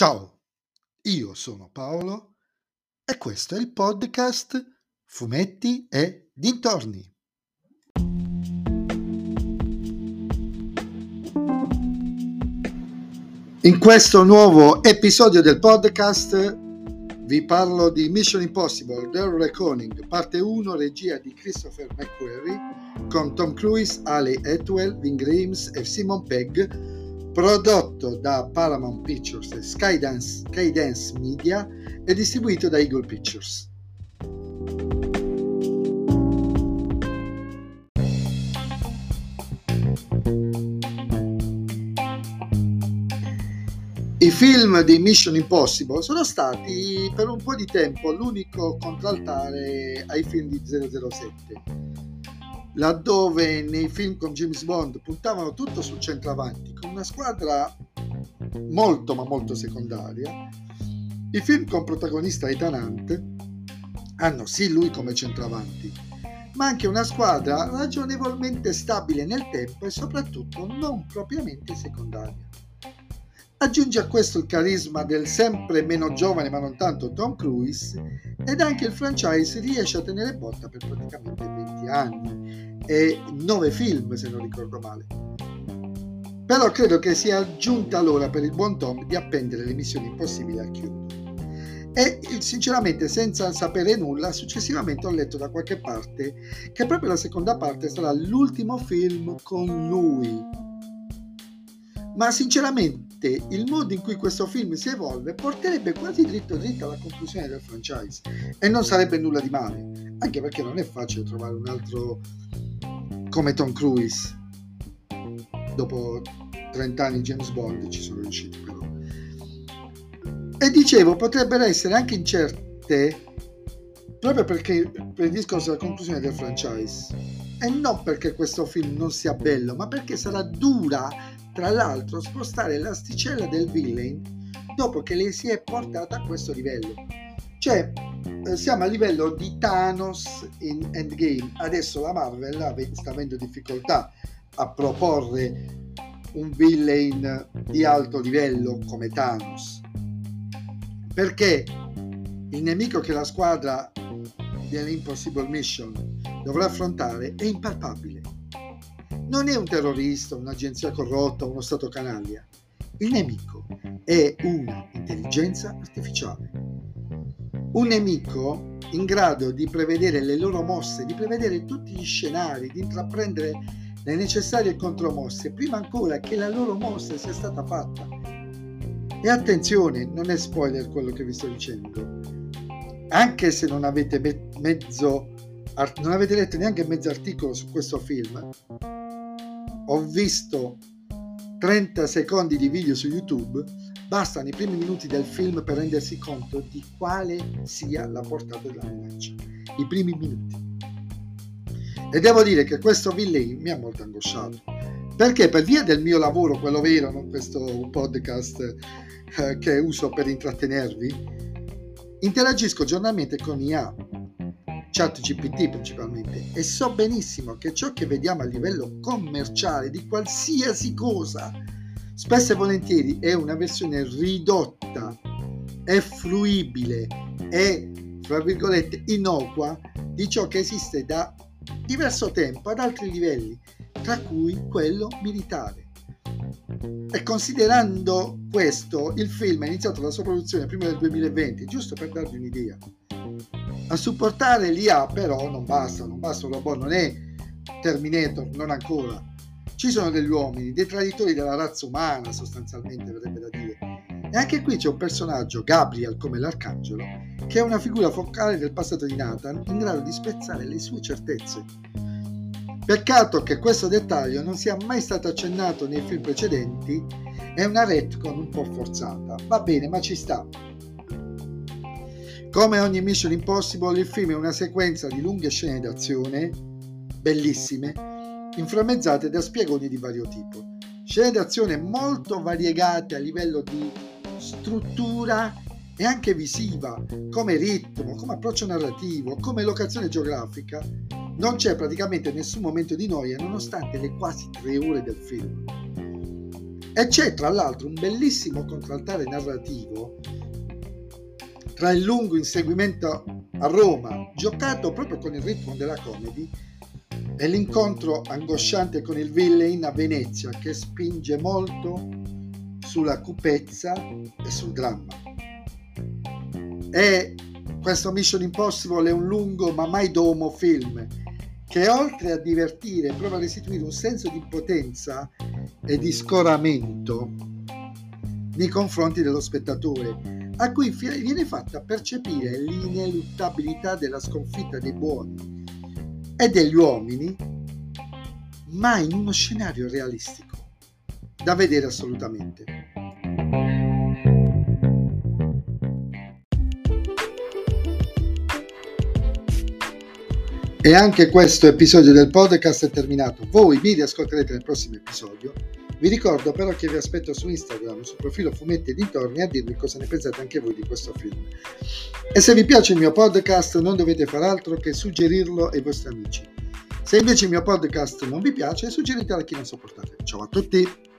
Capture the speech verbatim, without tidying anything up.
Ciao, io sono Paolo e questo è il podcast Fumetti e Dintorni. In questo nuovo episodio del podcast vi parlo di Mission Impossible The Reckoning, parte uno, regia di Christopher McQuarrie, con Tom Cruise, Ali Atwell, Ving Rhames e Simon Pegg, prodotto da Paramount Pictures e Skydance, Skydance Media e distribuito da Eagle Pictures. I film di Mission Impossible sono stati per un po' di tempo l'unico contraltare ai film di zero zero sette, laddove nei film con James Bond puntavano tutto sul centravanti con una squadra molto ma molto secondaria. I film con protagonista Ethan Hunt hanno sì lui come centravanti, ma anche una squadra ragionevolmente stabile nel tempo e soprattutto non propriamente secondaria. Aggiunge a questo il carisma del sempre meno giovane ma non tanto Tom Cruise, ed anche il franchise riesce a tenere botta per praticamente venti anni e nove film, se non ricordo male. Però credo che sia giunta l'ora per il buon Tom di appendere le Missioni Impossibili al chiodo. E sinceramente, senza sapere nulla, successivamente ho letto da qualche parte che proprio la seconda parte sarà l'ultimo film con lui. Ma sinceramente il modo in cui questo film si evolve porterebbe quasi dritto dritto alla conclusione del franchise, e non sarebbe nulla di male, anche perché non è facile trovare un altro come Tom Cruise. Dopo trenta anni James Bond ci sono riusciti però. E dicevo, potrebbero essere anche incerte proprio perché per il discorso della conclusione del franchise, e non perché questo film non sia bello, ma perché sarà dura tra l'altro spostare l'asticella del villain dopo che lei si è portata a questo livello. Cioè eh, siamo a livello di Thanos in Endgame. Adesso la Marvel sta avendo difficoltà a proporre un villain di alto livello come Thanos, perché il nemico che la squadra dell'Impossible Mission dovrà affrontare è impalpabile. Non è un terrorista, un'agenzia corrotta, uno stato canaglia. Il nemico è una intelligenza artificiale. Un nemico in grado di prevedere le loro mosse, di prevedere tutti gli scenari, di intraprendere le necessarie contromosse prima ancora che la loro mossa sia stata fatta. E attenzione, non è spoiler quello che vi sto dicendo. Anche se non avete me- mezzo non avete letto neanche mezzo articolo su questo film, ho visto trenta secondi di video su YouTube, bastano i primi minuti del film per rendersi conto di quale sia la portata della minaccia. I primi minuti. E devo dire che questo villain mi ha molto angosciato, perché per via del mio lavoro, quello vero, non questo podcast eh, che uso per intrattenervi, interagisco giornalmente con I A, ChatGPT principalmente, e so benissimo che ciò che vediamo a livello commerciale di qualsiasi cosa spesso e volentieri è una versione ridotta e fruibile e, fra virgolette, innocua di ciò che esiste da diverso tempo ad altri livelli, tra cui quello militare. E considerando questo, il film ha iniziato la sua produzione prima del duemilaventi, giusto per darvi un'idea. A supportare l'I A però non basta, non basta un robot, non è Terminator, non ancora. Ci sono degli uomini, dei traditori della razza umana, sostanzialmente verrebbe da dire. E anche qui c'è un personaggio, Gabriel come l'arcangelo, che è una figura focale del passato di Nathan, in grado di spezzare le sue certezze. Peccato che questo dettaglio non sia mai stato accennato nei film precedenti, è una retcon un po' forzata. Va bene, ma ci sta. Come ogni Mission Impossible, il film è una sequenza di lunghe scene d'azione, bellissime, inframmezzate da spiegoni di vario tipo. Scene d'azione molto variegate a livello di struttura e anche visiva, come ritmo, come approccio narrativo, come locazione geografica. Non c'è praticamente nessun momento di noia nonostante le quasi tre ore del film. E c'è tra l'altro un bellissimo contraltare narrativo tra il lungo inseguimento a Roma, giocato proprio con il ritmo della comedy, e l'incontro angosciante con il villain a Venezia, che spinge molto sulla cupezza e sul dramma. E questo Mission Impossible è un lungo ma mai domo film che, oltre a divertire, prova a restituire un senso di impotenza e di scoramento nei confronti dello spettatore, a cui viene fatta percepire l'ineluttabilità della sconfitta dei buoni e degli uomini, ma in uno scenario realistico, da vedere assolutamente. E anche questo episodio del podcast è terminato. Voi mi riascolterete nel prossimo episodio. Vi ricordo però che vi aspetto su Instagram, sul profilo Fumetti e dintorni, a dirmi cosa ne pensate anche voi di questo film. E se vi piace il mio podcast non dovete far altro che suggerirlo ai vostri amici. Se invece il mio podcast non vi piace, suggeritelo a chi non sopportate. Ciao a tutti!